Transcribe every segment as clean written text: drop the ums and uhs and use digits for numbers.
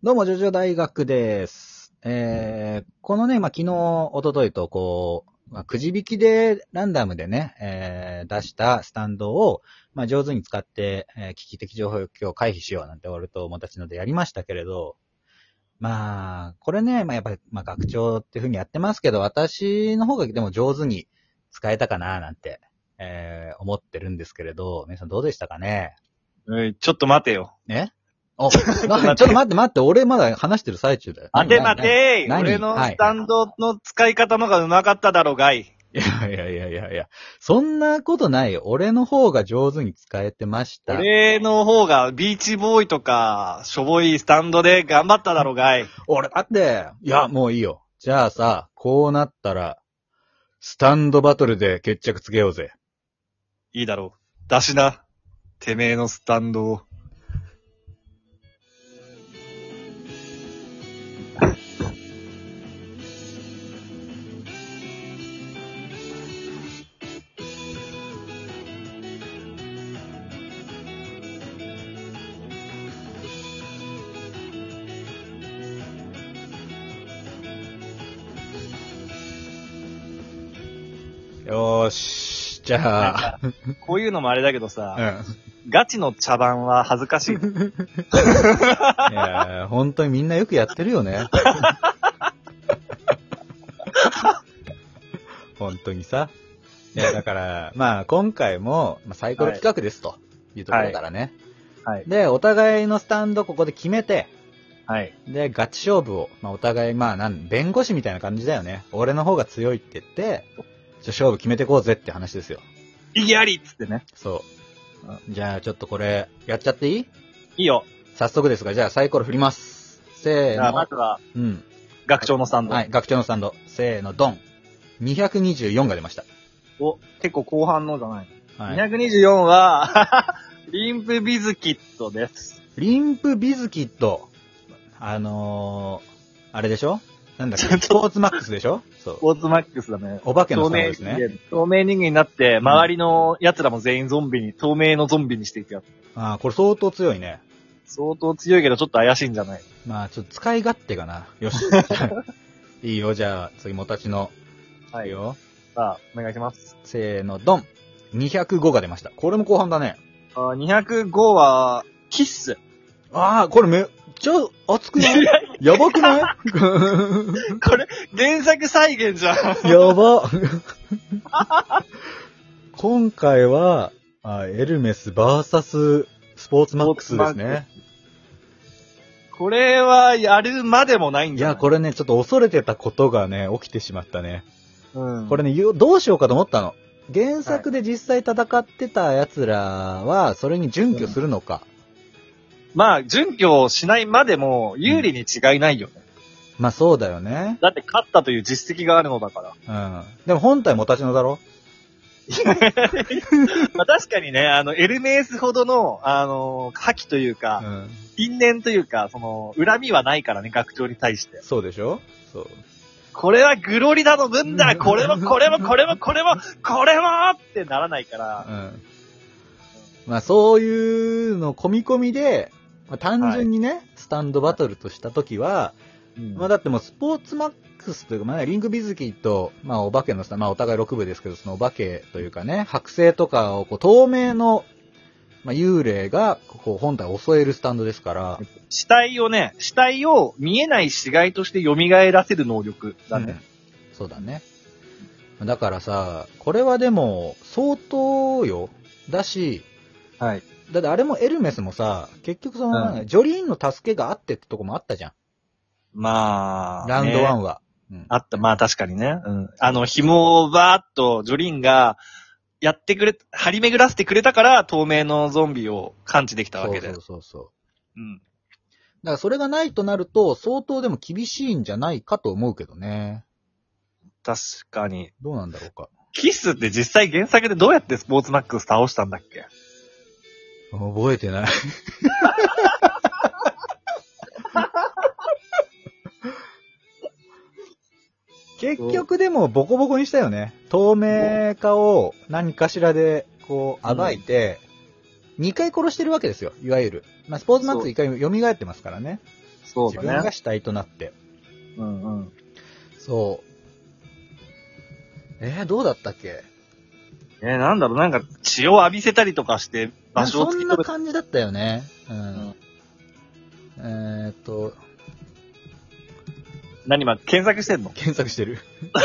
どうも、ジョジョ大学です。このね、昨日、一昨日と、くじ引きで、ランダムでね、出したスタンドを、上手に使って、危機的情報を回避しようなんて俺と友達のでやりましたけれど、これね、やっぱり、学長っていう風にやってますけど、私の方がでも上手に使えたかななんて、思ってるんですけれど、皆さんどうでしたかね？ ちょっと待てよ。 ちょっと待って、俺まだ話してる最中だよ。 待て俺のスタンドの使い方のが上手かっただろうがい。 いや。そんなことないよ。俺の方が上手に使えてました。 俺の方がビーチボーイとか、しょぼいスタンドで頑張っただろうがい。 俺だって、いや、もういいよ。じゃあさ、こうなったら、スタンドバトルで決着つけようぜ。 いいだろう。出しな。てめえのスタンドを。 よーし。じゃあ。 こういうのもあれだけどさ、 うん。 ガチの茶番は恥ずかしい。 いや、本当にみんなよくやってるよね。本当にさ。いや、だから、今回も、サイコロ企画ですというところからね。 はい。 で、お互いのスタンドここで決めて、 はい。 で、ガチ勝負を、お互い、弁護士みたいな感じだよね。俺の方が強いって言って、勝負決めてこうぜって話ですよ。 意義ありっつってね。 そう。じゃあ、ちょっとこれ、やっちゃっていい？ いいよ。 早速ですが、じゃあサイコロ振ります。せーの。 まずは、 うん。 学長のスタンド。 はい、学長のスタンド。せーの、ドン。224が出ました。 お、結構後半のじゃない。 はい。 224は、リンプビズキットです。 リンプビズキット。あれでしょ？なんだっけ？スポーツマックスでしょ？そう。 スポーツマックスだね。 お化けのスタンドですね。 透明人間になって、周りの奴らも全員透明のゾンビにしていくやつ。 ああ、これ相当強いね。 相当強いけどちょっと怪しいんじゃない？ ちょっと使い勝手がな。よし。いいよ、じゃあ、次もたちの。 はい。 いいよ。 さあ、お願いします。 せーの、ドン。205が出ました。これも後半だね。 205は、キッス。 ああ、これめっちゃ熱くない？やばくない？ これ、原作再現じゃん。 やば。今回は、エルメスバーサススポーツマックスですね。 これは、やるまでもないんじゃない？ いや、これね、ちょっと恐れてたことがね、起きてしまったね。 うん。 これね、どうしようかと思ったの。原作で実際戦ってた奴らは、それに準拠するのか。 準拠しないまでも、有利に違いないよね。 そうだよね。 だって勝ったという実績があるのだから。 うん。でも本体もたちのだろ？ 確かにね、エルメースほどの、覇気というか、因縁というか、恨みはないからね、学長に対して。 そうでしょ？そう。 これはグロリダの分だこれもってならないから。 そういうの込み込みで、単純にね、スタンドバトルとしたときは、だってもうスポーツマックスというか、リンクビズキと、お化けのさ、お互い6部ですけど、そのお化けというかね、剥製とかを透明の、幽霊が、本体を襲えるスタンドですから。 死体を見えない死骸として蘇らせる能力だね。 そうだね。だからさ、これはでも、相当よ。だし、 はい。 だってあれもエルメスもさ、結局ジョリーンの助けがあってってとこもあったじゃん。ラウンド1は。 あった、確かにね。紐をバーっとジョリーンがやってくれ、張り巡らせてくれたから透明のゾンビを感知できたわけで。 そう。だからそれがないとなると、相当でも厳しいんじゃないかと思うけどね。 確かに。 どうなんだろうか。 キスって実際原作でどうやってスポーツマックス倒したんだっけ？ 覚えてない。結局でもボコボコにしたよね。透明化を何かしらで暴いて、2回殺してるわけですよ、いわゆる。スポーツマックス1回蘇ってますからね。 そうだね。 自分が主体となって。 うんうん。 そう。どうだったっけ？ なんだろう、なんか血を浴びせたりとかして場所をそん突き止めな感じだったよね。 何今検索してんの？ 検索してる。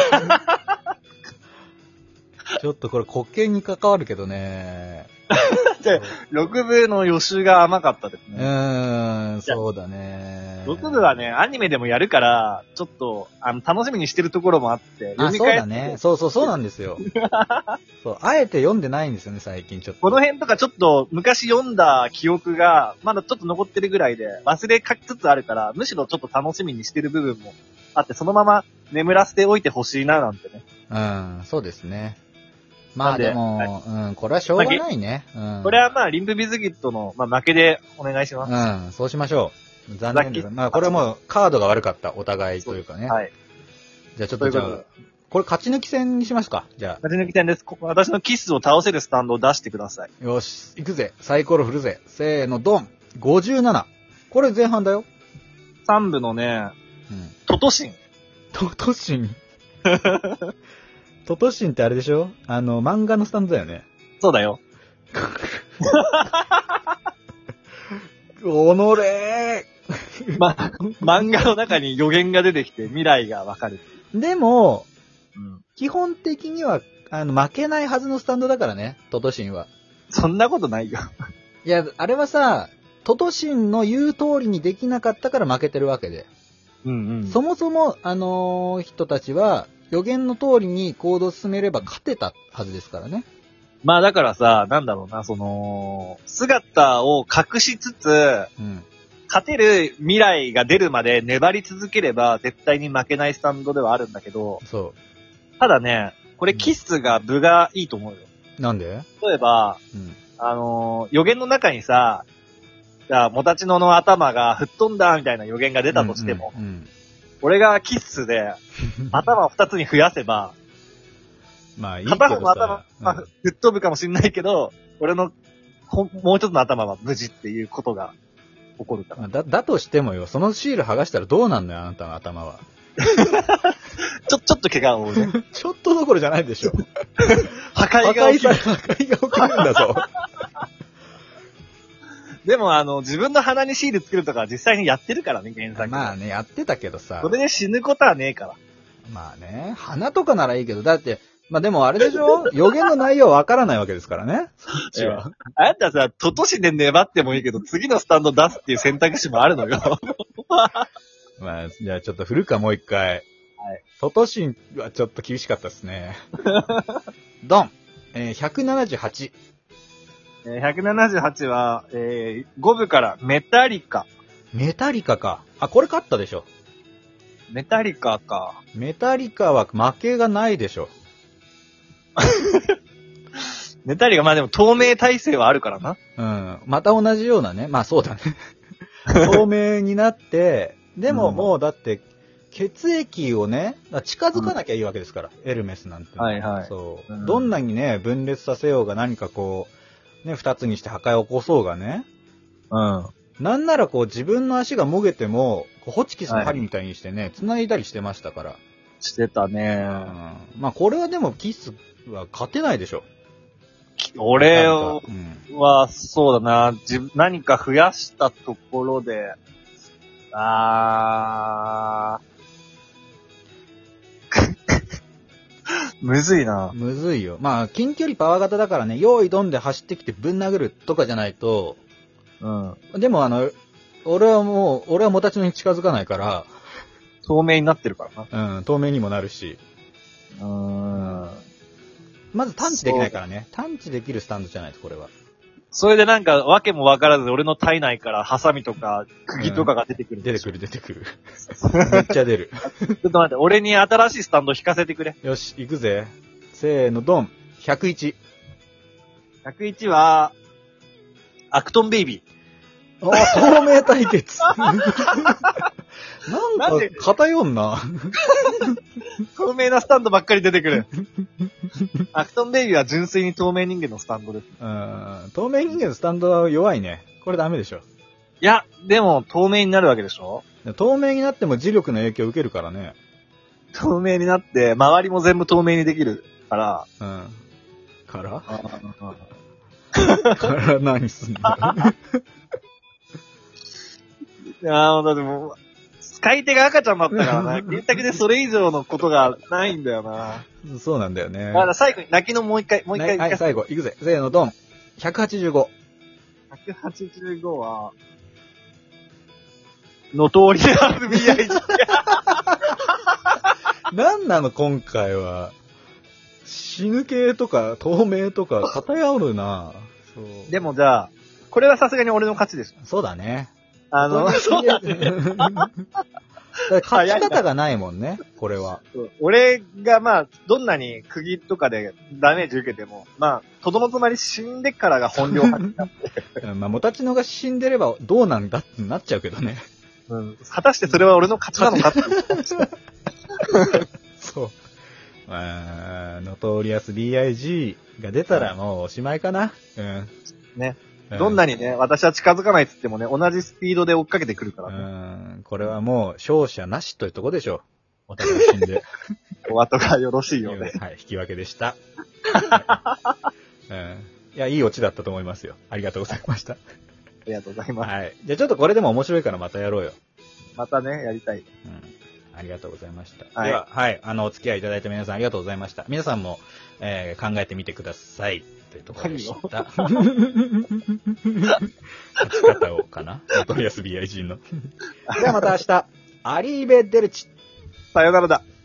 ちょっとこれ国権に関わるけどね。 じゃあ6部の予習が甘かったですね。 そうだね。 6部はね、アニメでもやるから、ちょっと、楽しみにしてるところもあって、 そうだね。そうなんですよ。そう、あえて読んでないんですよね、最近ちょっと。 この辺とかちょっと昔読んだ記憶が、まだちょっと残ってるぐらいで、忘れかけつつあるから、むしろちょっと楽しみにしてる部分もあって、そのまま眠らせておいてほしいな、なんてね。 そうですね。まあでも、これはしょうがないね。 これはまあ、リンプビズギットの、負けでお願いします。 そうしましょう。残念です。まあこれはもうカードが悪かった、お互いというかね。 はい。 じゃあちょっとこれ勝ち抜き戦にしますか？じゃあ。 勝ち抜き戦です。私のキスを倒せるスタンドを出してください。 よし、行くぜ。サイコロ振るぜ。せーの、ドン !57。これ前半だよ。 3部のね、トトシン。 トトシントトシンってあれでしょ？漫画のスタンドだよね。 そうだよ。 おのれ漫画の中に予言が出てきて未来がわかる。 でも、基本的には、負けないはずのスタンドだからね、トトシンは。 そんなことないよ。 いや、あれはさ、トトシンの言う通りにできなかったから負けてるわけで。そもそも、人たちは、予言の通りに行動を進めれば勝てたはずですからね。 まあだからさ、なんだろうな、姿を隠しつつ、勝てる未来が出るまで粘り続ければ絶対に負けないスタンドではあるんだけど、 そう。 ただね、これキスが分がいいと思うよ。 なんで？ 例えば、予言の中にさ、じゃあ、モタチノの頭が吹っ飛んだみたいな予言が出たとしても、俺がキッスで頭を2つに増やせば、 まあいいけどさ、 片方の頭は吹っ飛ぶかもしんないけど、俺のもう一つの頭は無事っていうことが起こるから。 だとしてもよ、そのシール剥がしたらどうなんのよ、あなたの頭は。 ちょっと怪我を負うね。 ちょっとどころじゃないでしょ。 破壊が起きる。 破壊が起きるんだぞ。 でも自分の鼻にシール作るとか実際にやってるからね、原作。 まあね、やってたけどさ。 それで死ぬことはねえから。 まあね、鼻とかならいいけど、だって、まあでもあれでしょ予言の内容わからないわけですからね。そっちは。 あなたさ、トトシで粘ってもいいけど、次のスタンド出すっていう選択肢もあるのよ。 まあ、じゃあちょっと振るか、もう一回。はい。トトシンはちょっと厳しかったですね。ドン178。 178は、5部からメタリカ。 メタリカか。あ、これ勝ったでしょ。 メタリカか。 メタリカは負けがないでしょ。 メタリカ、まあでも透明体制はあるからな。 うん。また同じようなね。まあそうだね。透明になって、でももうだって、血液をね、近づかなきゃいいわけですから、エルメスなんて。 はいはい。 そう。どんなにね、分裂させようが何かこう、ね、二つにして破壊を起こそうがね。なんならこう自分の足がもげても、ホチキスの針みたいにしてね、繋いだりしてましたから。 してたね。 まあこれはでもキスは勝てないでしょ。 俺は、そうだな、何か増やしたところで、むずいな。 むずいよ。まあ、近距離パワー型だからね、用意ドンで走ってきてぶん殴るとかじゃないと、でも俺はモタチノに近づかないから、 透明になってるからな。透明にもなるし。まず探知できないからね。探知できるスタンドじゃないと、これは。 それでなんか、わけもわからず俺の体内からハサミとか、釘とかが出てくる。 出てくる。めっちゃ出る。 ちょっと待って、俺に新しいスタンド引かせてくれ。 よし、行くぜ。せーの、ドン。101。 101は、アクトンベイビー。透明対決。なんか、偏んな。 透明なスタンドばっかり出てくる。アクトンベイビーは純粋に透明人間のスタンドです。 透明人間のスタンドは弱いね。これダメでしょ。 いや、でも透明になるわけでしょ？ 透明になっても磁力の影響を受けるからね。 透明になって、周りも全部透明にできるから。 うん。から何すんのいやだってもう、使い手が赤ちゃんだったからな。原卓でそれ以上のことがないんだよな。 そうなんだよね。 だから最後に泣きのもう一回。 はい、最後、いくぜ。せーの、ドン。185。 185は、ノトリアス B.I.G. なんなの、今回は。死ぬ系とか、透明とか、偏るな。 そう。でもじゃあ、これはさすがに俺の勝ちです。 そうだね。 そうだね。 勝ち方がないもんね、これは。 俺がまあ、どんなに釘とかでダメージ受けても、まあ、とどのつまり死んでからが本領発揮になって。 まあ、モタチノが死んでればどうなんだってなっちゃうけどね。 うん。果たしてそれは俺の勝ちなのかって。 そう。ノトリアス B.I.G. が出たらもうおしまいかな。うん。 ね。どんなにね、私は近づかないっつってもね、同じスピードで追っかけてくるからね。これはもう勝者なしというとこでしょう。お互い死んで。 お後がよろしいようで。 はい、引き分けでした。いや、いいオチだったと思いますよ。ありがとうございました。 ありがとうございます。 はい。じゃあちょっとこれでも面白いからまたやろうよ。 またね、やりたい。 ありがとうございました。 はい。 では、はい。お付き合いいただいた皆さんありがとうございました。皆さんも、考えてみてください。というところでした。勝ち方をかなノトリアス B.I.G. の。ではまた明日、アリーベデルチ。 さよならだ。